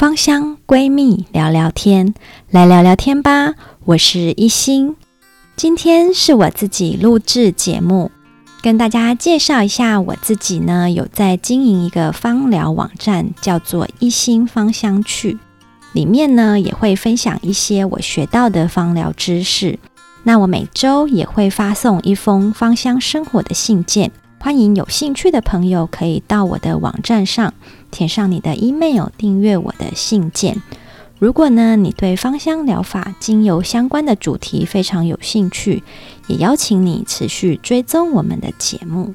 芳香闺蜜聊聊天，来聊聊天吧，我是一心。今天是我自己录制节目，跟大家介绍一下我自己呢，有在经营一个芳疗网站，叫做一心芳香趣，里面呢也会分享一些我学到的芳疗知识。那我每周也会发送一封芳香生活的信件，欢迎有兴趣的朋友可以到我的网站上填上你的 email 订阅我的信件。如果呢你对芳香疗法、精油相关的主题非常有兴趣，也邀请你持续追踪我们的节目。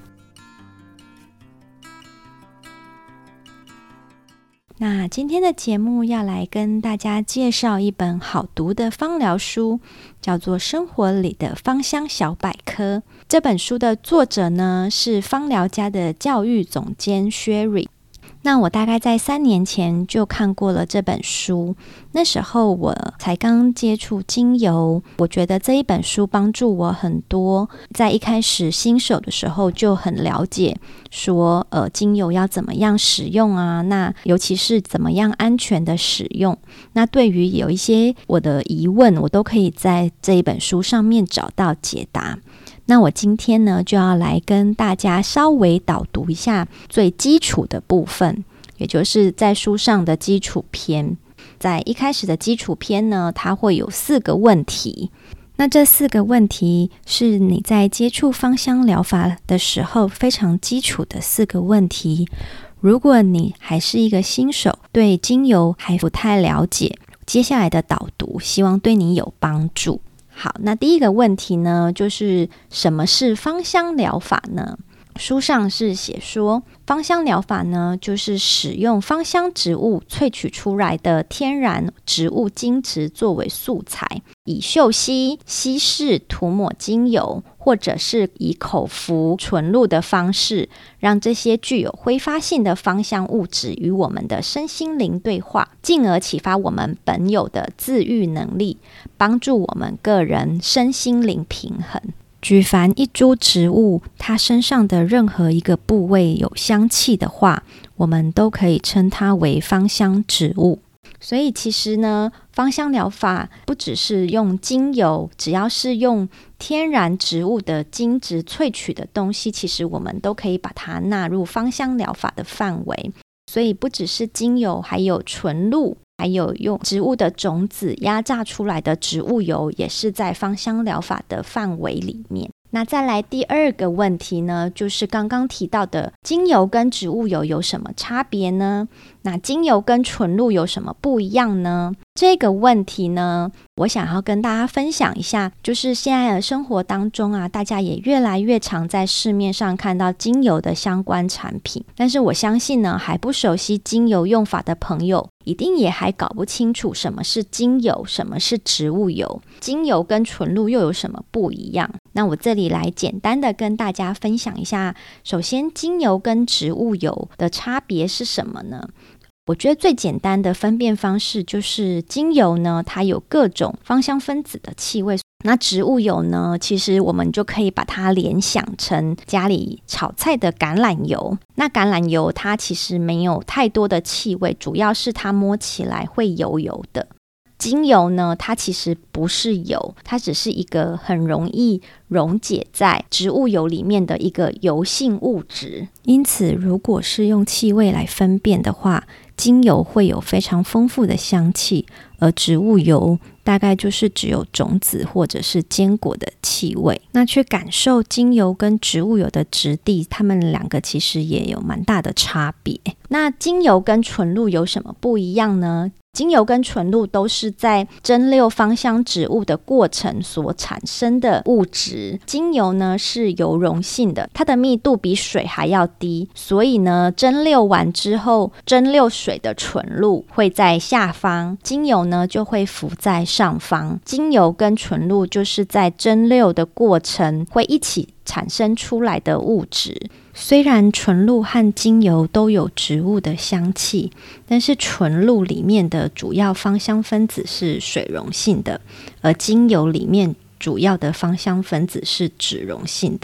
那今天的节目要来跟大家介绍一本好读的芳疗书，叫做《生活里的芳香小百科》。这本书的作者呢是芳疗家的教育总监 Sherry。那我大概在3年前就看过了这本书，那时候我才刚接触精油，我觉得这一本书帮助我很多，在一开始新手的时候就很了解说精油要怎么样使用啊，那尤其是怎么样安全的使用，那对于有一些我的疑问，我都可以在这一本书上面找到解答。那我今天呢就要来跟大家稍微导读一下最基础的部分，也就是在书上的基础篇。在一开始的基础篇呢，它会有4个问题。那这4个问题是你在接触芳香疗法的时候非常基础的4个问题。如果你还是一个新手，对精油还不太了解，接下来的导读希望对你有帮助。好，那第一个问题呢，就是什么是芳香疗法呢？书上是写说，芳香疗法呢，就是使用芳香植物萃取出来的天然植物精质作为素材，以嗅吸、稀释、涂抹精油，或者是以口服、纯露的方式，让这些具有挥发性的芳香物质与我们的身心灵对话，进而启发我们本有的自愈能力，帮助我们个人身心灵平衡。举凡一株植物，它身上的任何一个部位有香气的话，我们都可以称它为芳香植物。所以其实呢，芳香疗法不只是用精油，只要是用天然植物的精质萃取的东西，其实我们都可以把它纳入芳香疗法的范围。所以不只是精油，还有纯露，还有用植物的种子压榨出来的植物油，也是在芳香疗法的范围里面。那再来第2个问题呢，就是刚刚提到的精油跟植物油有什么差别呢？那精油跟纯露有什么不一样呢？这个问题呢，我想要跟大家分享一下，就是现在的生活当中啊，大家也越来越常在市面上看到精油的相关产品，但是我相信呢，还不熟悉精油用法的朋友，一定也还搞不清楚什么是精油，什么是植物油，精油跟纯露又有什么不一样。那我这里来简单的跟大家分享一下，首先精油跟植物油的差别是什么呢？我觉得最简单的分辨方式就是精油呢，它有各种芳香分子的气味，那植物油呢，其实我们就可以把它联想成家里炒菜的橄榄油。那橄榄油它其实没有太多的气味，主要是它摸起来会油油的。精油呢，它其实不是油，它只是一个很容易溶解在植物油里面的一个油性物质。因此如果是用气味来分辨的话，精油会有非常丰富的香气，而植物油大概就是只有种子或者是坚果的气味。那去感受精油跟植物油的质地，它们2个其实也有蛮大的差别。那精油跟纯露有什么不一样呢？精油跟纯露都是在蒸馏芳香植物的过程所产生的物质。精油呢是油溶性的，它的密度比水还要低，所以呢蒸馏完之后，蒸馏水的纯露会在下方，精油呢就会浮在上方。精油跟纯露就是在蒸馏的过程会一起产生出来的物质。虽然纯露和精油都有植物的香气，但是纯露里面的主要芳香分子是水溶性的，而精油里面主要的芳香分子是脂溶性的。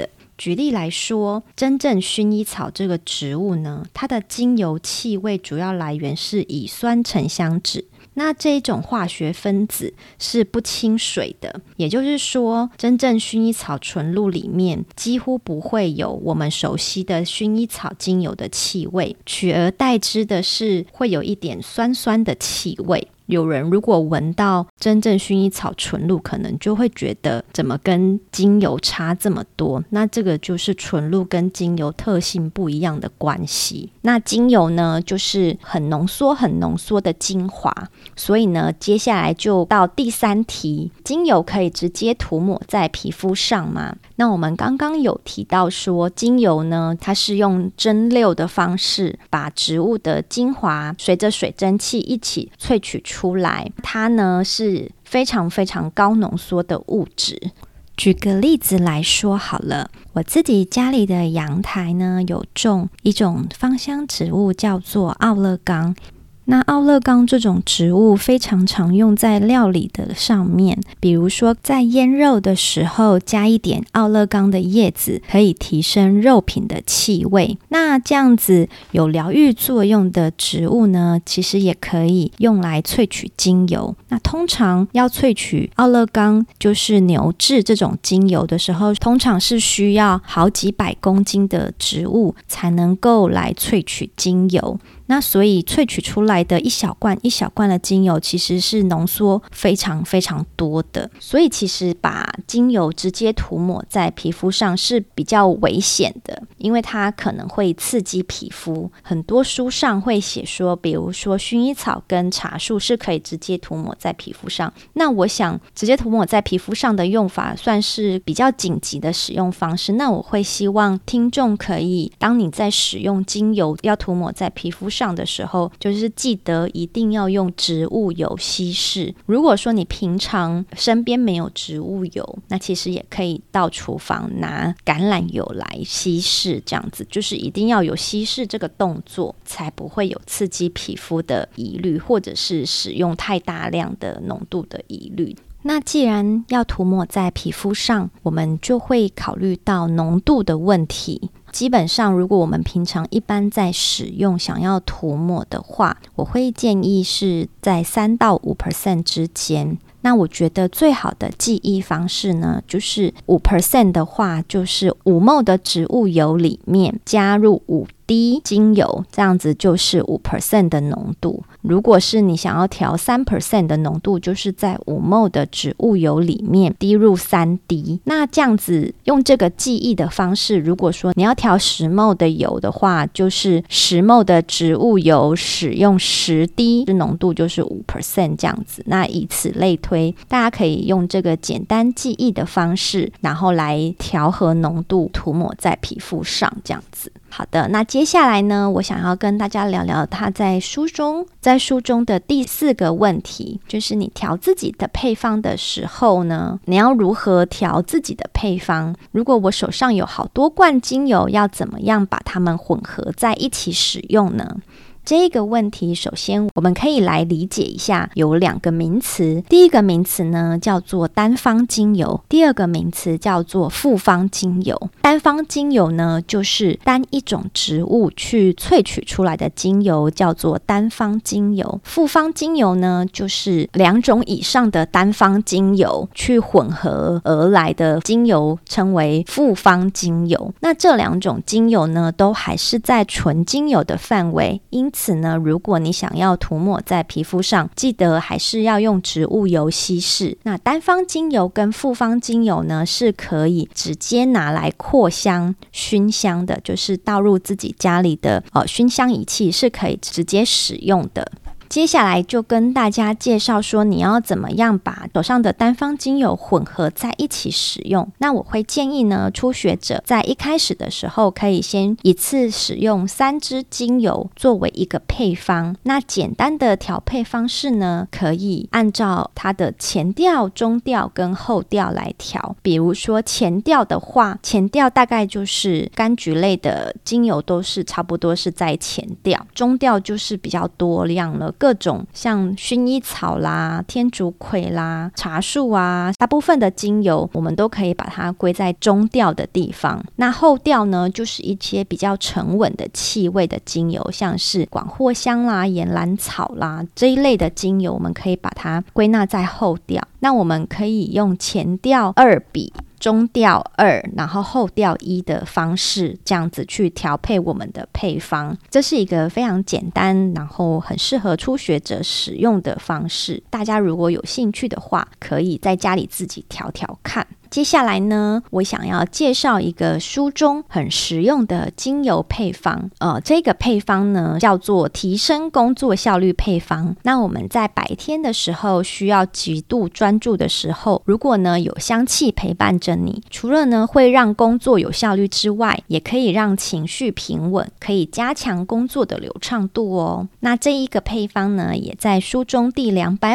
举例来说，真正薰衣草这个植物呢，它的精油气味主要来源是乙酸沉香酯。那这一种化学分子是不亲水的，也就是说，真正薰衣草纯露里面几乎不会有我们熟悉的薰衣草精油的气味，取而代之的是会有一点酸酸的气味。有人如果闻到真正薰衣草纯露，可能就会觉得怎么跟精油差这么多，那这个就是纯露跟精油特性不一样的关系。那精油呢，就是很浓缩的精华，所以呢，接下来就到第3题，精油可以直接涂抹在皮肤上吗？那我们刚刚有提到说，精油呢，它是用蒸馏的方式把植物的精华随着水蒸气一起萃取出来，它呢是非常非常高浓缩的物质。举个例子来说好了，我自己家里的阳台呢有种一种芳香植物叫做奥勒冈。那奥勒冈这种植物非常常用在料理的上面，比如说在腌肉的时候加一点奥勒冈的叶子，可以提升肉品的气味。那这样子有疗愈作用的植物呢，其实也可以用来萃取精油。那通常要萃取奥勒冈就是牛至这种精油的时候，通常是需要好几百公斤的植物才能够来萃取精油。那所以萃取出来的一小罐一小罐的精油其实是浓缩非常非常多的，所以其实把精油直接涂抹在皮肤上是比较危险的，因为它可能会刺激皮肤。很多书上会写说，比如说薰衣草跟茶树是可以直接涂抹在皮肤上，那我想直接涂抹在皮肤上的用法算是比较紧急的使用方式。那我会希望听众可以，当你在使用精油要涂抹在皮肤上的时候，就是记得一定要用植物油稀释。如果说你平常身边没有植物油，那其实也可以到厨房拿橄榄油来稀释，这样子就是一定要有稀释这个动作，才不会有刺激皮肤的疑虑，或者是使用太大量的浓度的疑虑。那既然要涂抹在皮肤上，我们就会考虑到浓度的问题。基本上如果我们平常一般在使用想要涂抹的话，我会建议是在3到5% 之间。那我觉得最好的记忆方式呢，就是5% 的话，就是5ml 的植物油里面加入5滴精油，这样子就是5% 的浓度。如果是你想要调3% 的浓度，就是在5ml 的植物油里面滴入3滴。那这样子用这个记忆的方式，如果说你要调10ml 的油的话，就是10ml 的植物油使用10滴，浓度就是5% 这样子。那以此类推，大家可以用这个简单记忆的方式，然后来调和浓度，涂抹在皮肤上这样子。好的，那接下来呢，我想要跟大家聊聊他在书中的第4个问题，就是你调自己的配方的时候呢，你要如何调自己的配方？如果我手上有好多罐精油，要怎么样把它们混合在一起使用呢？这个问题首先我们可以来理解一下，有2个名词。第一个名词呢叫做单方精油，第二个名词叫做复方精油。单方精油呢就是单一种植物去萃取出来的精油，叫做单方精油。复方精油呢就是2种以上的单方精油去混合而来的精油，称为复方精油。那这2种精油呢都还是在纯精油的范围，因此呢，如果你想要涂抹在皮肤上，记得还是要用植物油稀释。那单方精油跟复方精油呢，是可以直接拿来扩香、熏香的，就是倒入自己家里的熏香仪器是可以直接使用的。接下来就跟大家介绍说你要怎么样把手上的单方精油混合在一起使用。那我会建议呢，初学者在一开始的时候可以先一次使用3支精油作为一个配方。那简单的调配方式呢，可以按照它的前调、中调跟后调来调。比如说前调的话，前调大概就是柑橘类的精油都是差不多是在前调，中调就是比较多量了， 各种像薰衣草啦、天竺葵啦、茶树啊，大部分的精油我们都可以把它归在中调的地方。那后调呢，就是一些比较沉稳的气味的精油，像是广藿香啦、岩兰草啦这一类的精油，我们可以把它归纳在后调。那我们可以用前调2比中调2，然后后调1的方式，这样子去调配我们的配方。这是一个非常简单，然后很适合初学者使用的方式。大家如果有兴趣的话，可以在家里自己调调看。接下来呢，我想要介绍一个书中很实用的精油配方。这个配方呢叫做提升工作效率配方。那我们在白天的时候需要极度专注的时候，如果呢有香气陪伴着你，除了呢会让工作有效率之外，也可以让情绪平稳，可以加强工作的流畅度哦。那这一个配方呢也在书中第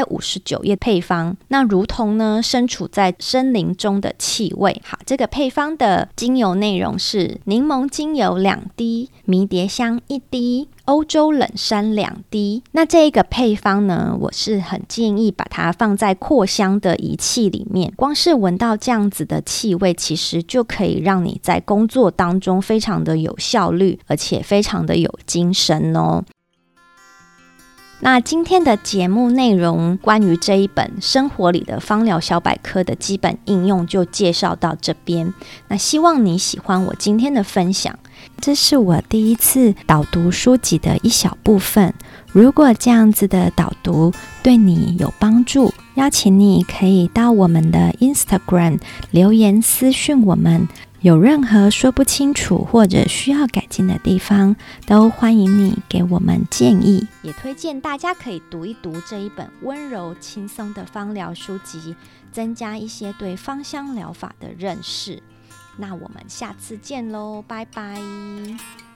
259页配方。那如同呢身处在森林中的气味。好，这个配方的精油内容是柠檬精油2滴，迷迭香1滴，欧洲冷杉2滴。那这一个配方呢，我是很建议把它放在扩香的仪器里面，光是闻到这样子的气味，其实就可以让你在工作当中非常的有效率，而且非常的有精神哦。那今天的节目内容，关于这一本生活里的芳疗小百科的基本应用就介绍到这边。那希望你喜欢我今天的分享，这是我第一次导读书籍的一小部分。如果这样子的导读对你有帮助，邀请你可以到我们的 Instagram 留言私讯我们，有任何说不清楚或者需要改进的地方，都欢迎你给我们建议。也推荐大家可以读一读这一本温柔轻松的芳疗书籍，增加一些对芳香疗法的认识。那我们下次见咯，拜拜。